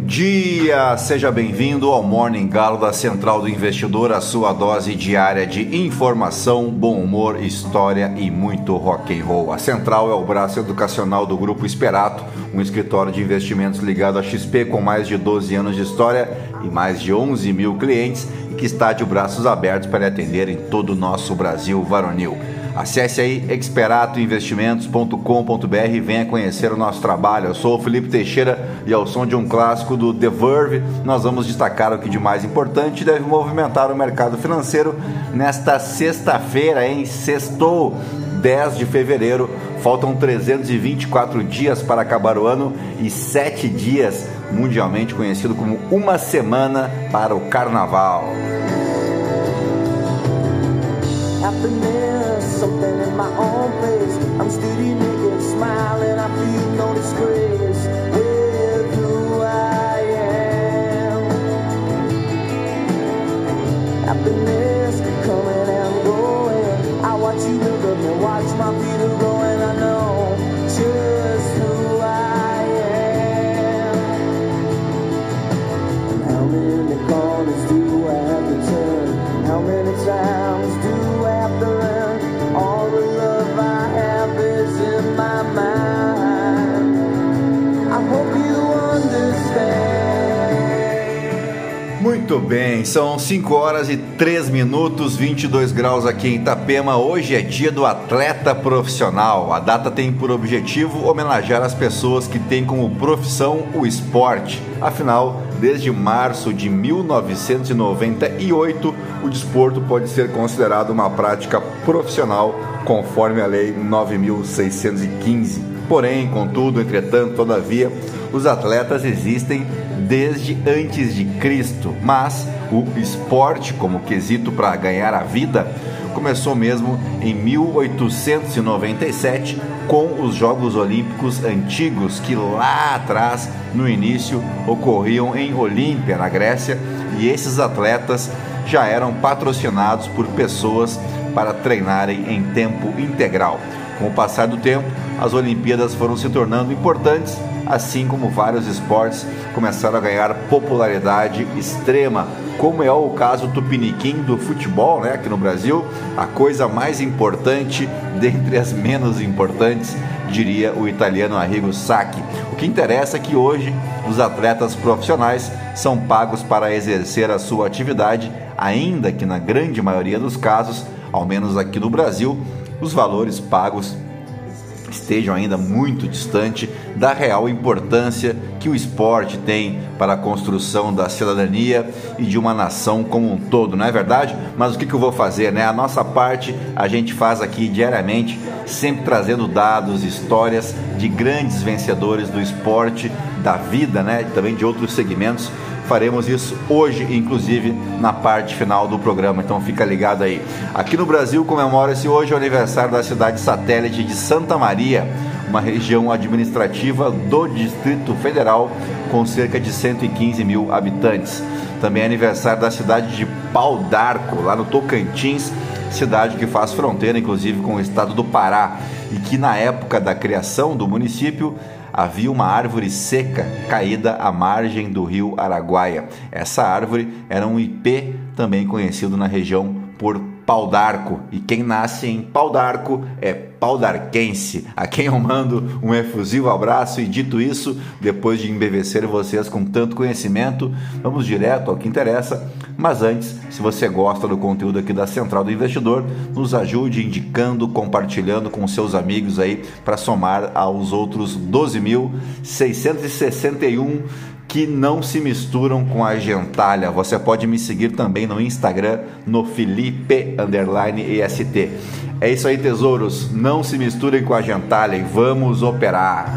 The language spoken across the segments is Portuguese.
dia! Seja bem-vindo ao Morning Galo da Central do Investidor, a sua dose diária de informação, bom humor, história e muito rock and roll. A Central é o braço educacional do Grupo Esperato, um escritório de investimentos ligado à XP com mais de 12 anos de história e mais de 11 mil clientes e que está de braços abertos para atender em todo o nosso Brasil varonil. Acesse aí experatoinvestimentos.com.br e venha conhecer o nosso trabalho. Eu sou o Felipe Teixeira e ao som de um clássico do The Verve, nós vamos destacar o que de mais importante deve movimentar o mercado financeiro nesta sexta-feira, hein? Sextou, 10 de fevereiro. Faltam 324 dias para acabar o ano e 7 dias, mundialmente conhecido como uma semana para o Carnaval. Happiness, something in my own place. I'm steady naked, smiling, I feel no disgrace with who I am. Happiness coming and going. I watch you look up and watch my feet are growing. I know just who I am. And how many corners do I have to turn? How many times do I have to learn? All the love I have is in my mind. I hope you understand. Muito bem, são 5 horas e 3 minutos, 22 graus aqui em Itapema. Hoje é dia do atleta profissional. A data tem por objetivo homenagear as pessoas que têm como profissão o esporte. Afinal, desde março de 1998, o desporto pode ser considerado uma prática profissional, conforme a Lei 9.615. Porém, contudo, entretanto, todavia, os atletas existem desde antes de Cristo, mas o esporte como quesito para ganhar a vida começou mesmo em 1897 com os Jogos Olímpicos antigos, que lá atrás, no início, ocorriam em Olímpia, na Grécia, e esses atletas já eram patrocinados por pessoas para treinarem em tempo integral. Com o passar do tempo, as Olimpíadas foram se tornando importantes, assim como vários esportes começaram a ganhar popularidade extrema, como é o caso tupiniquim do futebol, né? Aqui no Brasil, a coisa mais importante dentre as menos importantes, diria o italiano Arrigo Sacchi. O que interessa é que hoje os atletas profissionais são pagos para exercer a sua atividade, ainda que na grande maioria dos casos, ao menos aqui no Brasil, os valores pagos estejam ainda muito distante da real importância que o esporte tem para a construção da cidadania e de uma nação como um todo, não é verdade? Mas o que eu vou fazer, né? A nossa parte a gente faz aqui diariamente, sempre trazendo dados, histórias de grandes vencedores do esporte, da vida, né? E também de outros segmentos. Faremos isso hoje, inclusive, na parte final do programa, então fica ligado aí. Aqui no Brasil comemora-se hoje o aniversário da cidade satélite de Santa Maria, uma região administrativa do Distrito Federal com cerca de 115 mil habitantes. Também é aniversário da cidade de Pau d'Arco, lá no Tocantins, cidade que faz fronteira, inclusive, com o estado do Pará, e que na época da criação do município havia uma árvore seca caída à margem do rio Araguaia. Essa árvore era um ipê, também conhecido na região por Pau d'Arco. E quem nasce em Pau d'Arco é paudarquense, a quem eu mando um efusivo abraço. E dito isso, depois de embevecer vocês com tanto conhecimento, vamos direto ao que interessa. Mas antes, se você gosta do conteúdo aqui da Central do Investidor, nos ajude indicando, compartilhando com seus amigos aí para somar aos outros 12.661 que não se misturam com a gentalha. Você pode me seguir também no Instagram, no Felipe_EST. É isso aí, tesouros. Não se misturem com a gentalha e vamos operar.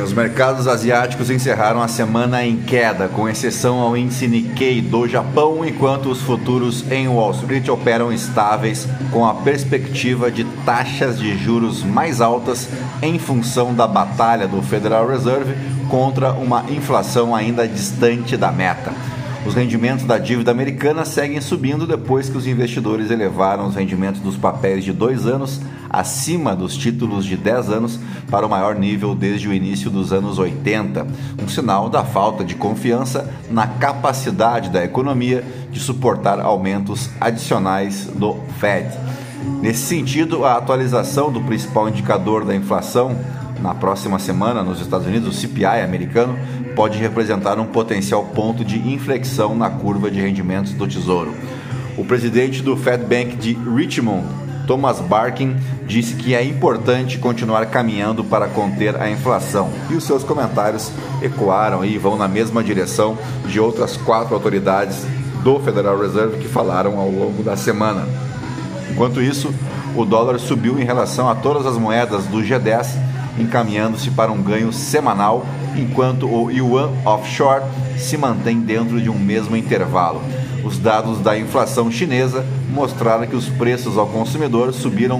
os mercados asiáticos encerraram a semana em queda, com exceção ao índice Nikkei do Japão, enquanto os futuros em Wall Street operam estáveis, com a perspectiva de taxas de juros mais altas em função da batalha do Federal Reserve contra uma inflação ainda distante da meta. Os rendimentos da dívida americana seguem subindo depois que os investidores elevaram os rendimentos dos papéis de 2 anos acima dos títulos de 10 anos para o maior nível desde o início dos anos 80, um sinal da falta de confiança na capacidade da economia de suportar aumentos adicionais do Fed. Nesse sentido, a atualização do principal indicador da inflação na próxima semana nos Estados Unidos, o CPI americano, pode representar um potencial ponto de inflexão na curva de rendimentos do Tesouro. O presidente do Fed Bank de Richmond, Thomas Barkin, disse que é importante continuar caminhando para conter a inflação, e os seus comentários ecoaram e vão na mesma direção de outras 4 autoridades do Federal Reserve que falaram ao longo da semana. Enquanto isso, o dólar subiu em relação a todas as moedas do G10, encaminhando-se para um ganho semanal, enquanto o Yuan Offshore se mantém dentro de um mesmo intervalo. Os dados da inflação chinesa mostraram que os preços ao consumidor subiram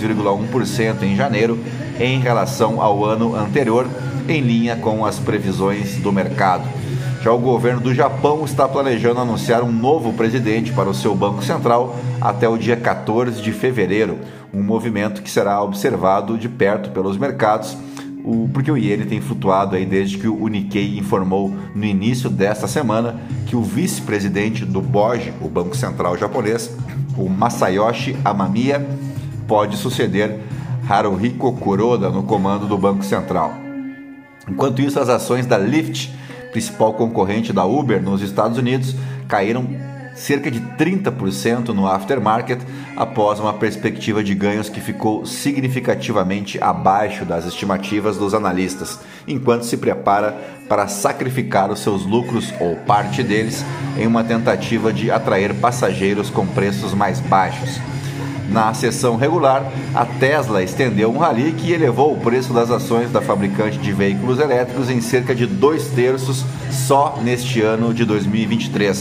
2,1% em janeiro em relação ao ano anterior, em linha com as previsões do mercado. Já o governo do Japão está planejando anunciar um novo presidente para o seu Banco Central até o dia 14 de fevereiro, um movimento que será observado de perto pelos mercados, porque o iene tem flutuado aí desde que o Nikkei informou no início desta semana que o vice-presidente do BOJ, o Banco Central japonês, o Masayoshi Amamiya, pode suceder Haruhiko Kuroda no comando do Banco Central. Enquanto isso, as ações da Lyft, principal concorrente da Uber nos Estados Unidos, caíram cerca de 30% no aftermarket após uma perspectiva de ganhos que ficou significativamente abaixo das estimativas dos analistas, enquanto se prepara para sacrificar os seus lucros ou parte deles em uma tentativa de atrair passageiros com preços mais baixos. Na sessão regular, a Tesla estendeu um rally que elevou o preço das ações da fabricante de veículos elétricos em cerca de 2/3 só neste ano de 2023.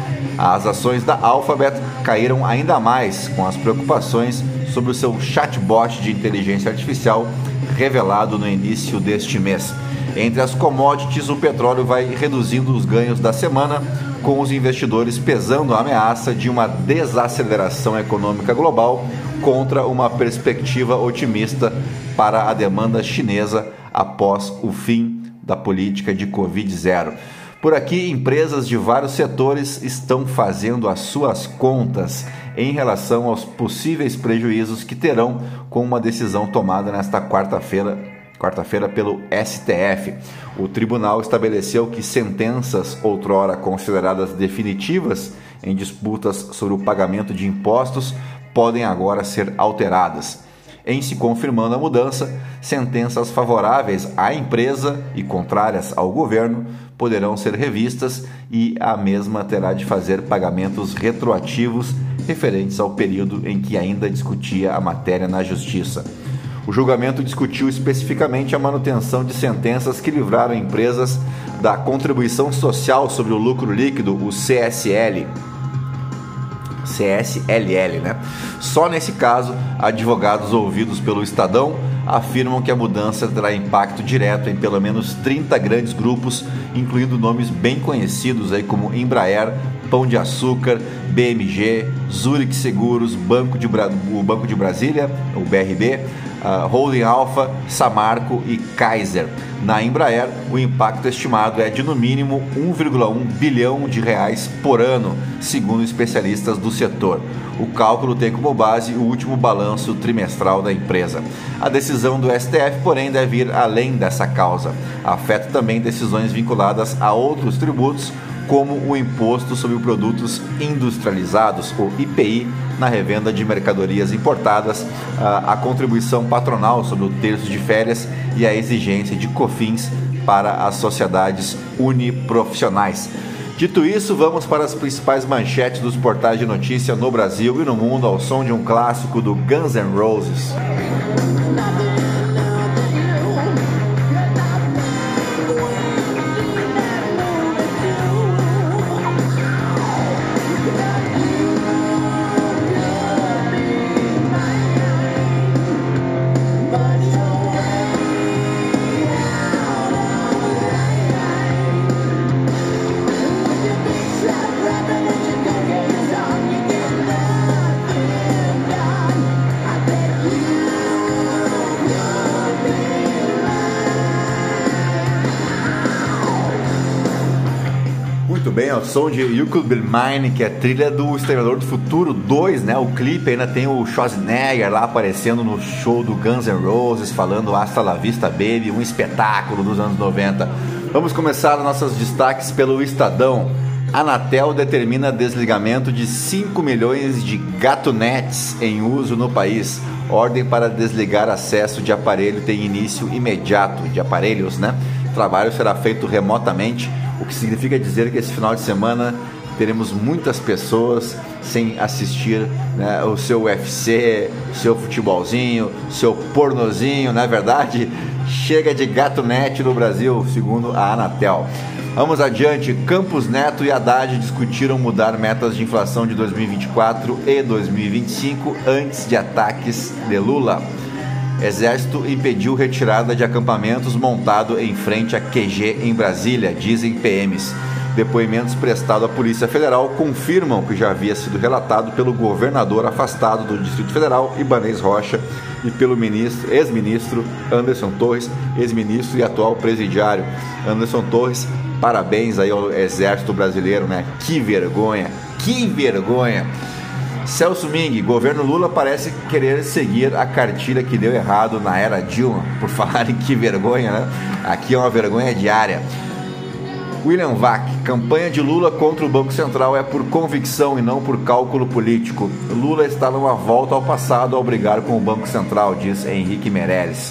As ações da Alphabet caíram ainda mais com as preocupações sobre o seu chatbot de inteligência artificial revelado no início deste mês. Entre as commodities, o petróleo vai reduzindo os ganhos da semana, com os investidores pesando a ameaça de uma desaceleração econômica global contra uma perspectiva otimista para a demanda chinesa após o fim da política de Covid-0. Por aqui, empresas de vários setores estão fazendo as suas contas em relação aos possíveis prejuízos que terão com uma decisão tomada nesta quarta-feira pelo STF. O tribunal estabeleceu que sentenças outrora consideradas definitivas em disputas sobre o pagamento de impostos podem agora ser alteradas. Em se confirmando a mudança, sentenças favoráveis à empresa e contrárias ao governo poderão ser revistas e a mesma terá de fazer pagamentos retroativos referentes ao período em que ainda discutia a matéria na Justiça. O julgamento discutiu especificamente a manutenção de sentenças que livraram empresas da contribuição social sobre o lucro líquido, o CSLL, né? Só nesse caso, advogados ouvidos pelo Estadão afirmam que a mudança terá impacto direto em pelo menos 30 grandes grupos, incluindo nomes bem conhecidos aí como Embraer, Pão de Açúcar, BMG, Zurich Seguros, o Banco de Brasília, o BRB, Holding Alpha, Samarco e Kaiser. Na Embraer, o impacto estimado é de no mínimo 1,1 bilhão de reais por ano, segundo especialistas do setor. O cálculo tem como base o último balanço trimestral da empresa. A decisão do STF, porém, deve ir além dessa causa. Afeta também decisões vinculadas a outros tributos, como o Imposto sobre Produtos Industrializados, o IPI, na revenda de mercadorias importadas, a contribuição patronal sobre o terço de férias e a exigência de COFINS para as sociedades uniprofissionais. Dito isso, vamos para as principais manchetes dos portais de notícia no Brasil e no mundo ao som de um clássico do Guns N' Roses. Muito bem, ao som de You Could Be Mine, que é a trilha do Exterminador do Futuro 2, né? O clipe ainda tem o Schwarzenegger lá aparecendo no show do Guns N' Roses, falando Hasta la Vista Baby, um espetáculo dos anos 90. Vamos começar nossos destaques pelo Estadão. Anatel determina desligamento de 5 milhões de gatunets em uso no país. Ordem para desligar acesso de aparelho tem início imediato, de aparelhos, né? O trabalho será feito remotamente, o que significa dizer que esse final de semana teremos muitas pessoas sem assistir, né, o seu UFC, seu futebolzinho, seu pornozinho, não é verdade? Chega de gatunete no Brasil, segundo a Anatel. Vamos adiante. Campos Neto e Haddad discutiram mudar metas de inflação de 2024 e 2025 antes de ataques de Lula. Exército impediu retirada de acampamentos montado em frente a QG em Brasília, dizem PMs. Depoimentos prestados à Polícia Federal confirmam que já havia sido relatado pelo governador afastado do Distrito Federal, Ibanez Rocha, e pelo ex-ministro Anderson Torres, ex-ministro e atual presidiário. Anderson Torres, parabéns aí ao Exército Brasileiro, né? Que vergonha, que vergonha! Celso Ming, governo Lula parece querer seguir a cartilha que deu errado na era Dilma. Por falar em que vergonha, né? Aqui é uma vergonha diária. William Vac, campanha de Lula contra o Banco Central é por convicção e não por cálculo político. Lula está numa volta ao passado ao brigar com o Banco Central, diz Henrique Meirelles.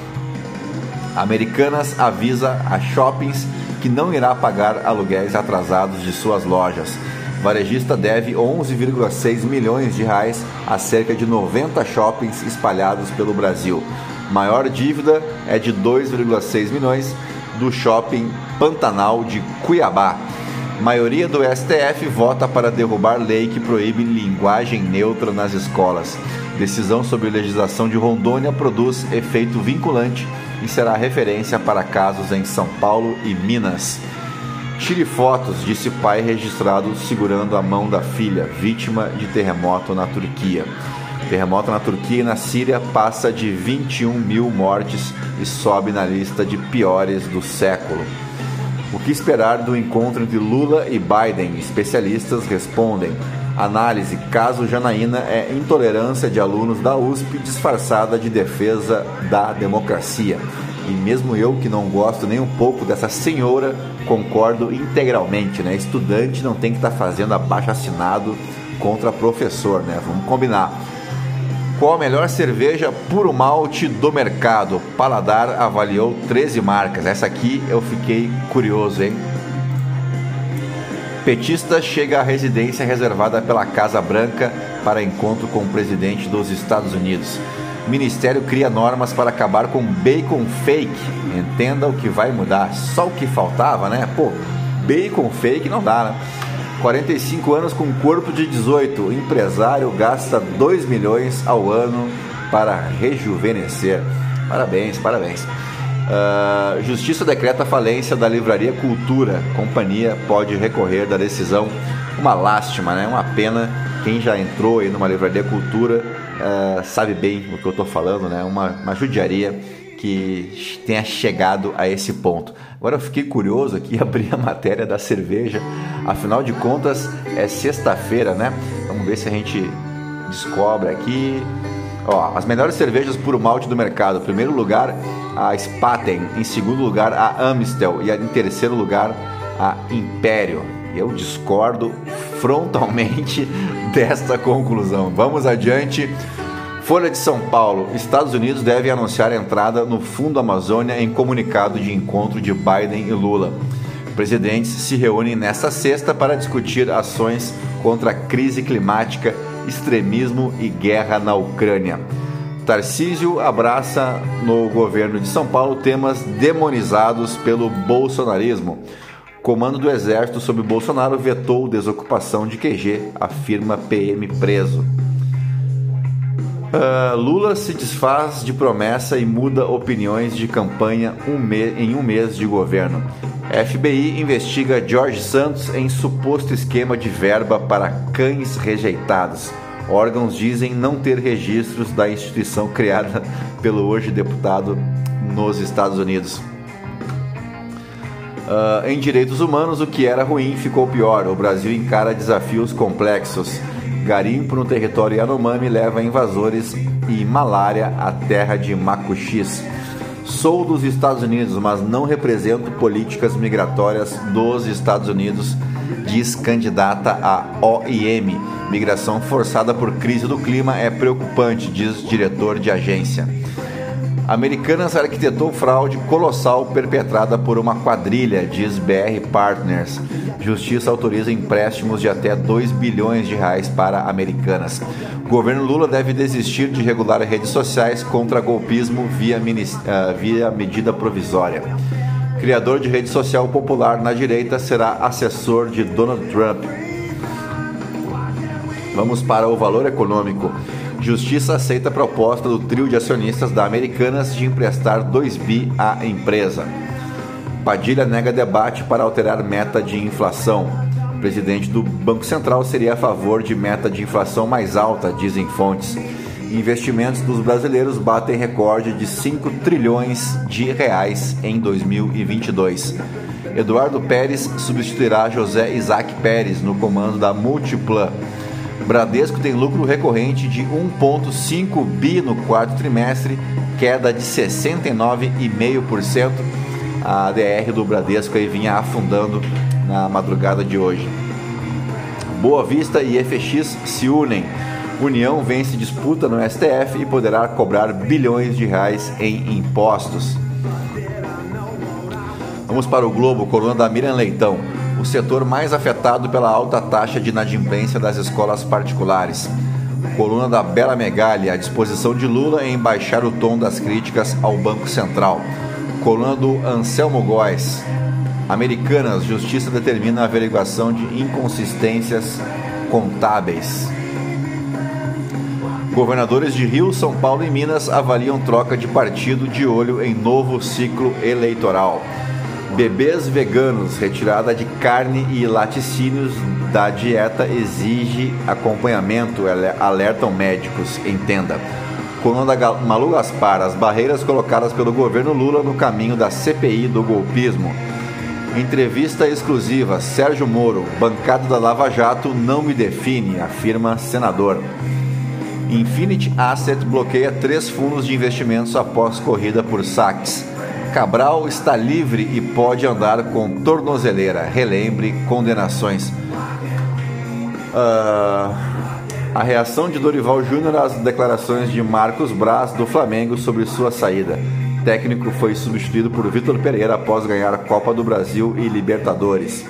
Americanas avisa a shoppings que não irá pagar aluguéis atrasados de suas lojas. Varejista deve 11,6 milhões de reais a cerca de 90 shoppings espalhados pelo Brasil. Maior dívida é de 2,6 milhões do shopping Pantanal de Cuiabá. Maioria do STF vota para derrubar lei que proíbe linguagem neutra nas escolas. Decisão sobre legislação de Rondônia produz efeito vinculante e será referência para casos em São Paulo e Minas. Tire fotos, disse pai registrado segurando a mão da filha, vítima de terremoto na Turquia. Terremoto na Turquia e na Síria passa de 21 mil mortes e sobe na lista de piores do século. O que esperar do encontro entre Lula e Biden? Especialistas respondem. Análise: caso Janaína é intolerância de alunos da USP disfarçada de defesa da democracia. E mesmo eu, que não gosto nem um pouco dessa senhora, concordo integralmente, né? Estudante não tem que estar fazendo abaixo-assinado contra professor, né? Vamos combinar. Qual a melhor cerveja puro malte do mercado? Paladar avaliou 13 marcas. Essa aqui eu fiquei curioso, hein? Petista chega à residência reservada pela Casa Branca para encontro com o presidente dos Estados Unidos. Ministério cria normas para acabar com bacon fake. Entenda o que vai mudar. Só o que faltava, né? Pô, bacon fake não dá, né? 45 anos com corpo de 18. Empresário gasta 2 milhões ao ano para rejuvenescer. Parabéns, parabéns. Justiça decreta falência da Livraria Cultura. Companhia pode recorrer da decisão. Uma lástima, né? Uma pena. Quem já entrou aí numa Livraria Cultura sabe bem o que eu estou falando, né? Uma judiaria que tenha chegado a esse ponto. Agora eu fiquei curioso aqui, abri a matéria da cerveja. Afinal de contas, é sexta-feira, né? Vamos ver se a gente descobre aqui. Ó, as melhores cervejas puro malte do mercado. Em primeiro lugar, a Spaten. Em segundo lugar, a Amstel. E em terceiro lugar, a Império. Eu discordo frontalmente desta conclusão. Vamos adiante. Folha de São Paulo. Estados Unidos devem anunciar a entrada no Fundo Amazônia em comunicado de encontro de Biden e Lula. Presidentes se reúnem nesta sexta para discutir ações contra a crise climática, extremismo e guerra na Ucrânia. Tarcísio abraça no governo de São Paulo temas demonizados pelo bolsonarismo. Comando do Exército sob Bolsonaro vetou desocupação de QG, afirma PM preso. Lula se desfaz de promessa e muda opiniões de campanha em um mês de governo. FBI investiga Jorge Santos em suposto esquema de verba para cães rejeitados. Órgãos dizem não ter registros da instituição criada pelo hoje deputado nos Estados Unidos. Em direitos humanos, o que era ruim ficou pior. O Brasil encara desafios complexos. Garimpo no território Yanomami leva invasores e malária à terra de Macuxis. Sou dos Estados Unidos, mas não represento políticas migratórias dos Estados Unidos, diz candidata à OIM. Migração forçada por crise do clima é preocupante, diz diretor de agência. Americanas arquitetou fraude colossal perpetrada por uma quadrilha, diz BR Partners. Justiça autoriza empréstimos de até 2 bilhões de reais para Americanas. O governo Lula deve desistir de regular redes sociais contra golpismo via medida provisória. Criador de rede social popular na direita será assessor de Donald Trump. Vamos para o valor econômico. Justiça aceita a proposta do trio de acionistas da Americanas de emprestar 2 bi à empresa. Padilha nega debate para alterar meta de inflação. O presidente do Banco Central seria a favor de meta de inflação mais alta, dizem fontes. Investimentos dos brasileiros batem recorde de 5 trilhões de reais em 2022. Eduardo Pérez substituirá José Isaac Pérez no comando da Multiplan. Bradesco tem lucro recorrente de 1,5 bi no quarto trimestre, queda de 69,5%. A ADR do Bradesco aí vinha afundando na madrugada de hoje. Boa Vista e FX se unem. União vence disputa no STF e poderá cobrar bilhões de reais em impostos. Vamos para o Globo, coluna da Miriam Leitão. O setor mais afetado pela alta taxa de inadimplência das escolas particulares. Coluna da Bela Megali, a disposição de Lula em baixar o tom das críticas ao Banco Central. Coluna do Anselmo Góes. Americanas, justiça determina a averiguação de inconsistências contábeis. Governadores de Rio, São Paulo e Minas avaliam troca de partido de olho em novo ciclo eleitoral. Bebês veganos, retirada de carne e laticínios da dieta exige acompanhamento, alertam médicos, entenda. Coluna da Malu Gaspar, as barreiras colocadas pelo governo Lula no caminho da CPI do golpismo. Entrevista exclusiva, Sérgio Moro, bancada da Lava Jato não me define, afirma senador. Infinity Asset bloqueia 3 fundos de investimentos após corrida por saques. Cabral está livre e pode andar com tornozeleira. Relembre condenações. A reação de Dorival Júnior às declarações de Marcos Braz do Flamengo sobre sua saída. O técnico foi substituído por Vitor Pereira após ganhar a Copa do Brasil e Libertadores.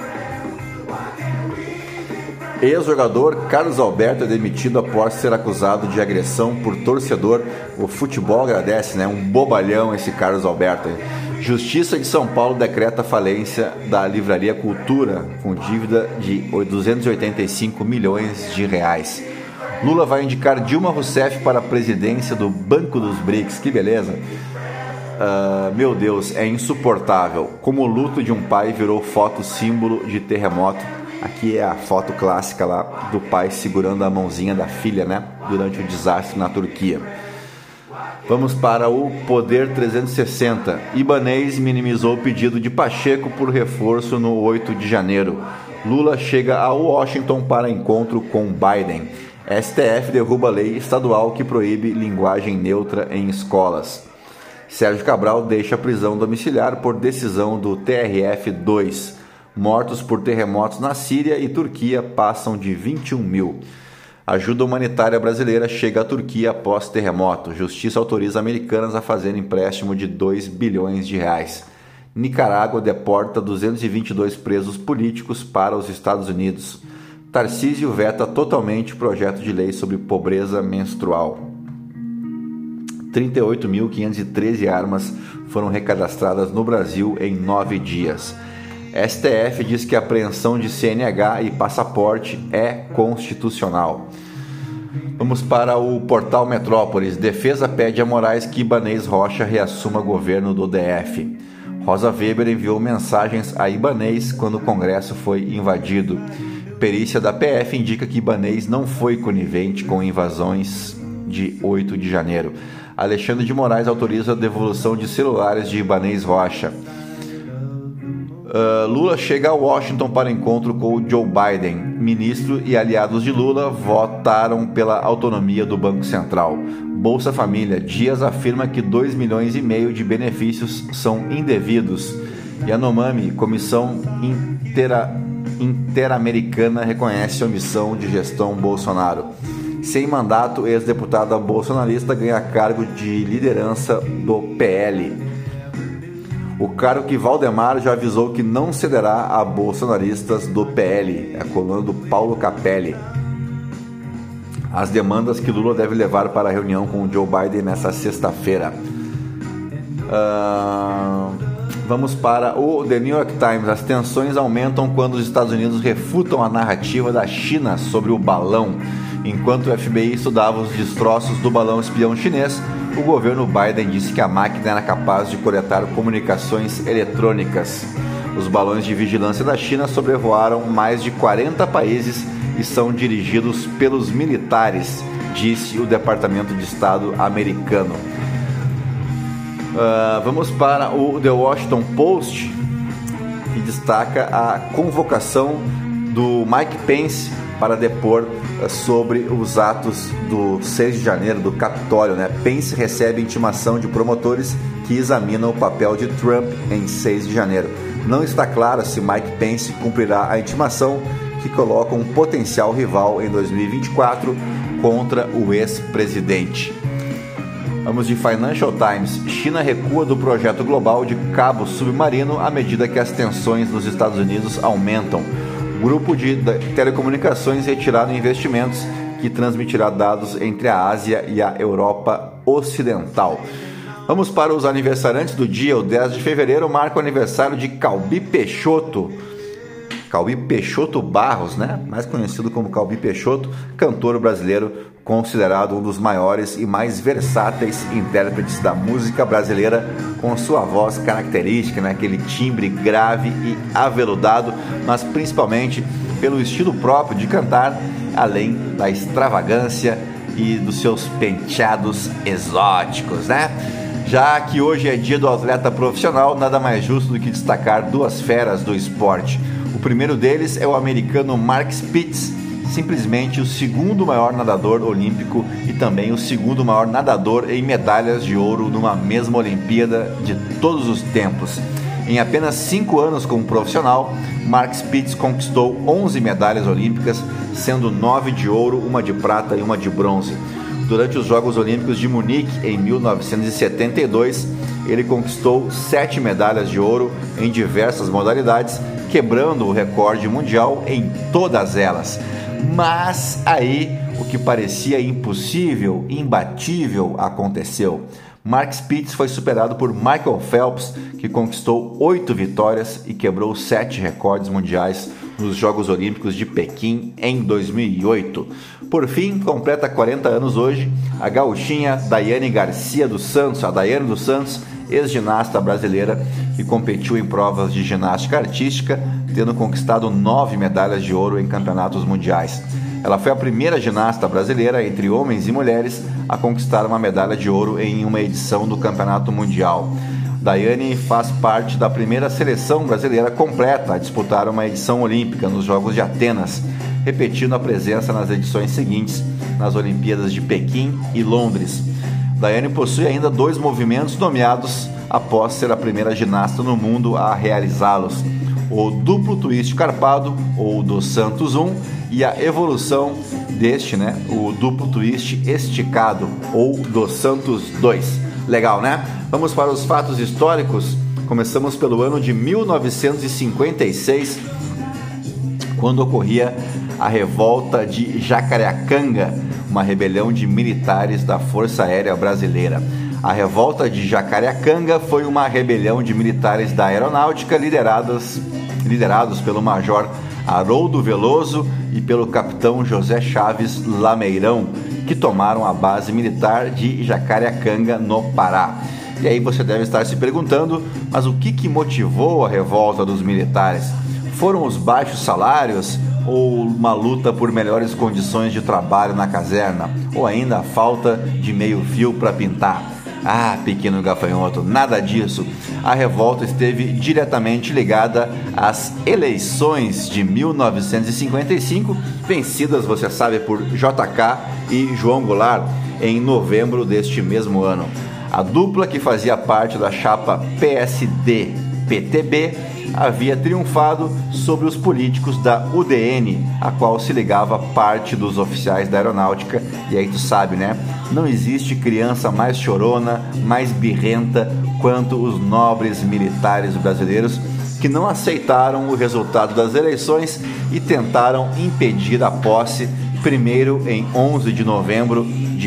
Ex-jogador Carlos Alberto é demitido após ser acusado de agressão por torcedor. O futebol agradece, né? Um bobalhão esse Carlos Alberto. Justiça de São Paulo decreta falência da Livraria Cultura com dívida de 285 milhões de reais. Lula vai indicar Dilma Rousseff para a presidência do Banco dos BRICS. Que beleza! Meu Deus, é insuportável. Como o luto de um pai virou foto símbolo de terremoto. Aqui é a foto clássica lá do pai segurando a mãozinha da filha, né? Durante o desastre na Turquia. Vamos para o Poder 360. Ibanez minimizou o pedido de Pacheco por reforço no 8 de janeiro. Lula chega a Washington para encontro com Biden. STF derruba lei estadual que proíbe linguagem neutra em escolas. Sérgio Cabral deixa a prisão domiciliar por decisão do TRF-2. Mortos por terremotos na Síria e Turquia passam de 21 mil. Ajuda humanitária brasileira chega à Turquia após terremoto. Justiça autoriza Americanas a fazer empréstimo de 2 bilhões de reais. Nicarágua deporta 222 presos políticos para os Estados Unidos. Tarcísio veta totalmente o projeto de lei sobre pobreza menstrual. 38.513 armas foram recadastradas no Brasil em 9 dias. STF diz que a apreensão de CNH e passaporte é constitucional. Vamos para o portal Metrópolis. Defesa pede a Moraes que Ibanez Rocha reassuma governo do DF. Rosa Weber enviou mensagens a Ibanez quando o Congresso foi invadido. Perícia da PF indica que Ibanez não foi conivente com invasões de 8 de janeiro. Alexandre de Moraes autoriza a devolução de celulares de Ibanez Rocha. Lula chega a Washington para encontro com o Joe Biden. Ministro e aliados de Lula votaram pela autonomia do Banco Central. Bolsa Família. Dias afirma que 2,5 milhões de benefícios são indevidos. Yanomami, Comissão Interamericana reconhece a omissão de gestão Bolsonaro. Sem mandato, ex-deputada bolsonarista ganha cargo de liderança do PL. O cargo que Valdemar já avisou que não cederá a bolsonaristas do PL. É a coluna do Paulo Capelli. As demandas que Lula deve levar para a reunião com o Joe Biden nesta sexta-feira. Vamos para o The New York Times. As tensões aumentam quando os Estados Unidos refutam a narrativa da China sobre o balão. Enquanto o FBI estudava os destroços do balão espião chinês, o governo Biden disse que a máquina era capaz de coletar comunicações eletrônicas. Os balões de vigilância da China sobrevoaram mais de 40 países e são dirigidos pelos militares, disse o Departamento de Estado americano. Vamos para o The Washington Post, que destaca a convocação do Mike Pence para depor sobre os atos do 6 de janeiro, do Capitólio, né? Pence recebe intimação de promotores que examinam o papel de Trump em 6 de janeiro. Não está claro se Mike Pence cumprirá a intimação, que coloca um potencial rival em 2024 contra o ex-presidente. Vamos de Financial Times. China recua do projeto global de cabo submarino à medida que as tensões nos Estados Unidos aumentam. Grupo de telecomunicações retirado investimentos que transmitirá dados entre a Ásia e a Europa Ocidental. Vamos para os aniversariantes do dia. O 10 de fevereiro marca o aniversário de Calbi Peixoto. Calbi Peixoto Barros, né? Mais conhecido como Calbi Peixoto, cantor brasileiro, considerado um dos maiores e mais versáteis intérpretes da música brasileira, com sua voz característica, né? Aquele timbre grave e aveludado, mas principalmente pelo estilo próprio de cantar, além da extravagância e dos seus penteados exóticos, né? Já que hoje é dia do atleta profissional, nada mais justo do que destacar duas feras do esporte. O primeiro deles é o americano Mark Spitz, simplesmente o segundo maior nadador olímpico e também o segundo maior nadador em medalhas de ouro numa mesma Olimpíada de todos os tempos. Em apenas 5 anos como profissional, Mark Spitz conquistou 11 medalhas olímpicas, sendo 9 de ouro, 1 de prata e 1 de bronze. Durante os Jogos Olímpicos de Munique, em 1972, ele conquistou 7 medalhas de ouro em diversas modalidades, quebrando o recorde mundial em todas elas. Mas aí, o que parecia impossível, imbatível, aconteceu. Mark Spitz foi superado por Michael Phelps, que conquistou 8 vitórias e quebrou 7 recordes mundiais nos Jogos Olímpicos de Pequim em 2008. Por fim, completa 40 anos hoje a gauchinha Daiane Garcia dos Santos, a Daiane dos Santos, ex-ginasta brasileira que competiu em provas de ginástica artística, tendo conquistado 9 medalhas de ouro em campeonatos mundiais. Ela foi a primeira ginasta brasileira, entre homens e mulheres, a conquistar uma medalha de ouro em uma edição do Campeonato Mundial. Daiane faz parte da primeira seleção brasileira completa a disputar uma edição olímpica nos Jogos de Atenas, repetindo a presença nas edições seguintes, nas Olimpíadas de Pequim e Londres. Daiane possui ainda 2 movimentos nomeados após ser a primeira ginasta no mundo a realizá-los: o duplo twist carpado, ou do Santos 1, e a evolução deste, né, o duplo twist esticado, ou do Santos 2. Legal, né? Vamos para os fatos históricos. Começamos pelo ano de 1956, quando ocorria a revolta de Jacareacanga, uma rebelião de militares da Força Aérea Brasileira. A revolta de Jacareacanga foi uma rebelião de militares da aeronáutica liderados pelo major Haroldo Veloso e pelo capitão José Chaves Lameirão, que tomaram a base militar de Jacareacanga, no Pará. E aí você deve estar se perguntando, mas o que motivou a revolta dos militares? Foram os baixos salários ou uma luta por melhores condições de trabalho na caserna? Ou ainda a falta de meio fio para pintar? Ah, pequeno gafanhoto, nada disso. A revolta esteve diretamente ligada às eleições de 1955, vencidas, você sabe, por JK e João Goulart em novembro deste mesmo ano. A dupla, que fazia parte da chapa PSD-PTB, havia triunfado sobre os políticos da UDN, a qual se ligava parte dos oficiais da aeronáutica. E aí tu sabe, né? Não existe criança mais chorona, mais birrenta quanto os nobres militares brasileiros que não aceitaram o resultado das eleições e tentaram impedir a posse, primeiro em 11 de novembro de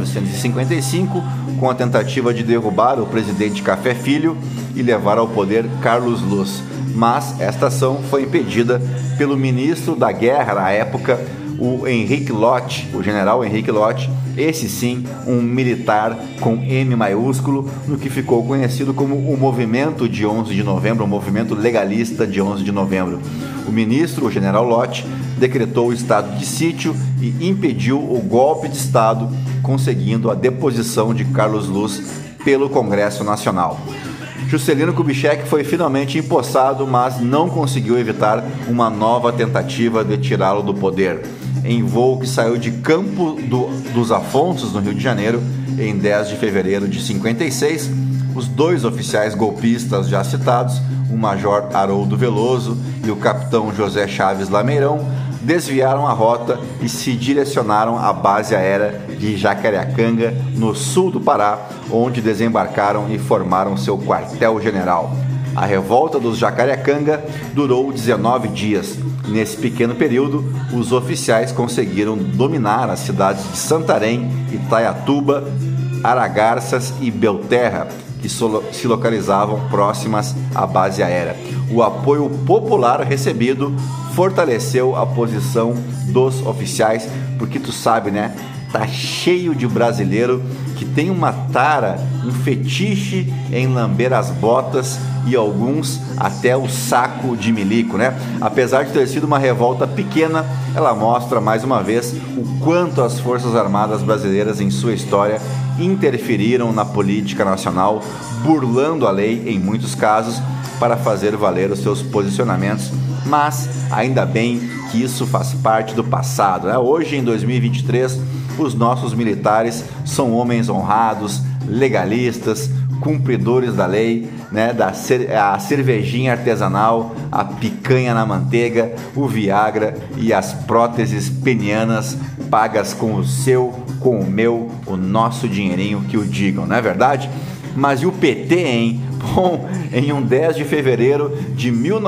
1955, com a tentativa de derrubar o presidente Café Filho e levar ao poder Carlos Luz. Mas esta ação foi impedida pelo ministro da Guerra na época, o Henrique Lott, o general Henrique Lott, esse sim, um militar com M maiúsculo, no que ficou conhecido como o movimento de 11 de novembro, o movimento legalista de 11 de novembro. O ministro, o general Lott, decretou o estado de sítio e impediu o golpe de estado, conseguindo a deposição de Carlos Luz pelo Congresso Nacional. Juscelino Kubitschek foi finalmente empossado, mas não conseguiu evitar uma nova tentativa de tirá-lo do poder. Em voo que saiu de Campo dos Afonsos, no Rio de Janeiro, em 10 de fevereiro de 56, os dois oficiais golpistas já citados, o major Haroldo Veloso e o capitão José Chaves Lameirão, desviaram a rota e se direcionaram à base aérea de Jacareacanga, no sul do Pará, onde desembarcaram e formaram seu quartel-general. A revolta dos Jacareacanga durou 19 dias. Nesse pequeno período, os oficiais conseguiram dominar as cidades de Santarém, Itaiatuba, Aragarças e Belterra, que se localizavam próximas à base aérea. O apoio popular recebido fortaleceu a posição dos oficiais, porque tu sabe, né? Tá cheio de brasileiro que tem uma tara, um fetiche em lamber as botas e alguns até o saco de milico, né? Apesar de ter sido uma revolta pequena, ela mostra mais uma vez o quanto as Forças Armadas brasileiras em sua história interferiram na política nacional, burlando a lei em muitos casos para fazer valer os seus posicionamentos, mas ainda bem que isso faz parte do passado, né? Hoje, em 2023, os nossos militares são homens honrados, legalistas, cumpridores da lei, né? A cervejinha artesanal, a picanha na manteiga, o Viagra e as próteses penianas pagas com o seu, com o meu, o nosso dinheirinho, que o digam, não é verdade? Mas e o PT, hein? Bom, em um 10 de fevereiro de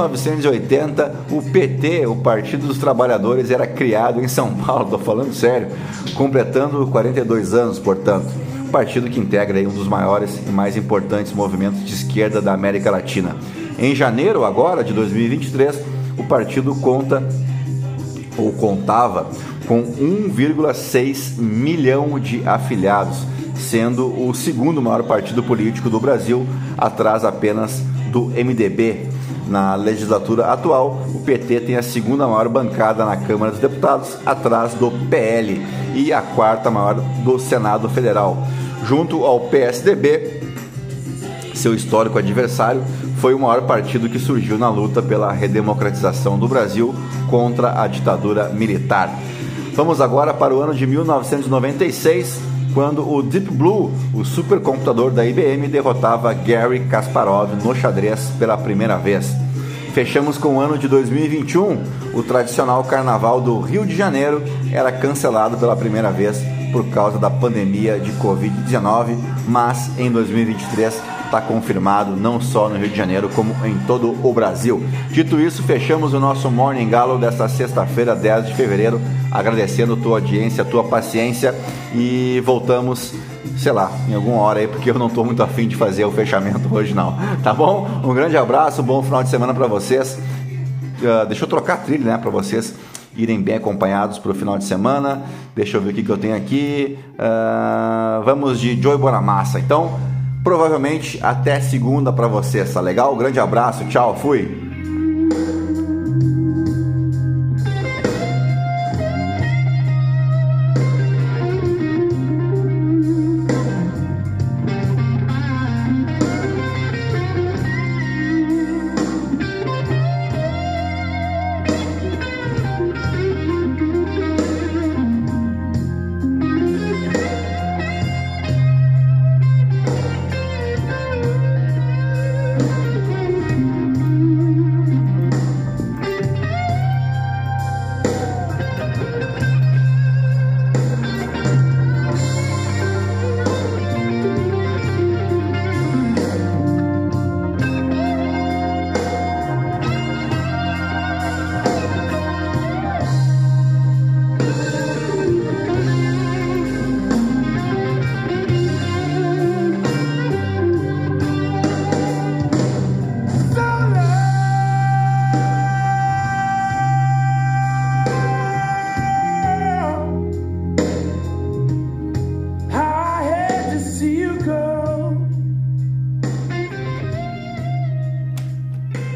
1980, o PT, o Partido dos Trabalhadores, era criado em São Paulo, tô falando sério, completando 42 anos, portanto. Um partido que integra aí um dos maiores e mais importantes movimentos de esquerda da América Latina. Em janeiro agora de 2023, o partido contava com 1,6 milhão de afiliados, sendo o segundo maior partido político do Brasil, atrás apenas do MDB. Na legislatura atual, o PT tem a segunda maior bancada na Câmara dos Deputados, atrás do PL, e a quarta maior do Senado Federal. Junto ao PSDB, seu histórico adversário, foi o maior partido que surgiu na luta pela redemocratização do Brasil contra a ditadura militar. Vamos agora para o ano de 1996, quando o Deep Blue, o supercomputador da IBM, derrotava Garry Kasparov no xadrez pela primeira vez. Fechamos com o ano de 2021, o tradicional Carnaval do Rio de Janeiro era cancelado pela primeira vez por causa da pandemia de Covid-19, mas em 2023 está confirmado não só no Rio de Janeiro, como em todo o Brasil. Dito isso, fechamos o nosso Morning Galo desta sexta-feira, 10 de fevereiro, agradecendo a tua audiência, a tua paciência, e voltamos, sei lá, em alguma hora aí, porque eu não estou muito afim de fazer o fechamento hoje não, tá bom? Um grande abraço, bom final de semana para vocês. Deixa eu trocar a trilha, né, para vocês irem bem acompanhados para o final de semana. Deixa eu ver o que eu tenho aqui. Vamos de Joey Bonamassa. Então, provavelmente até segunda para vocês, tá legal? Grande abraço, tchau, fui!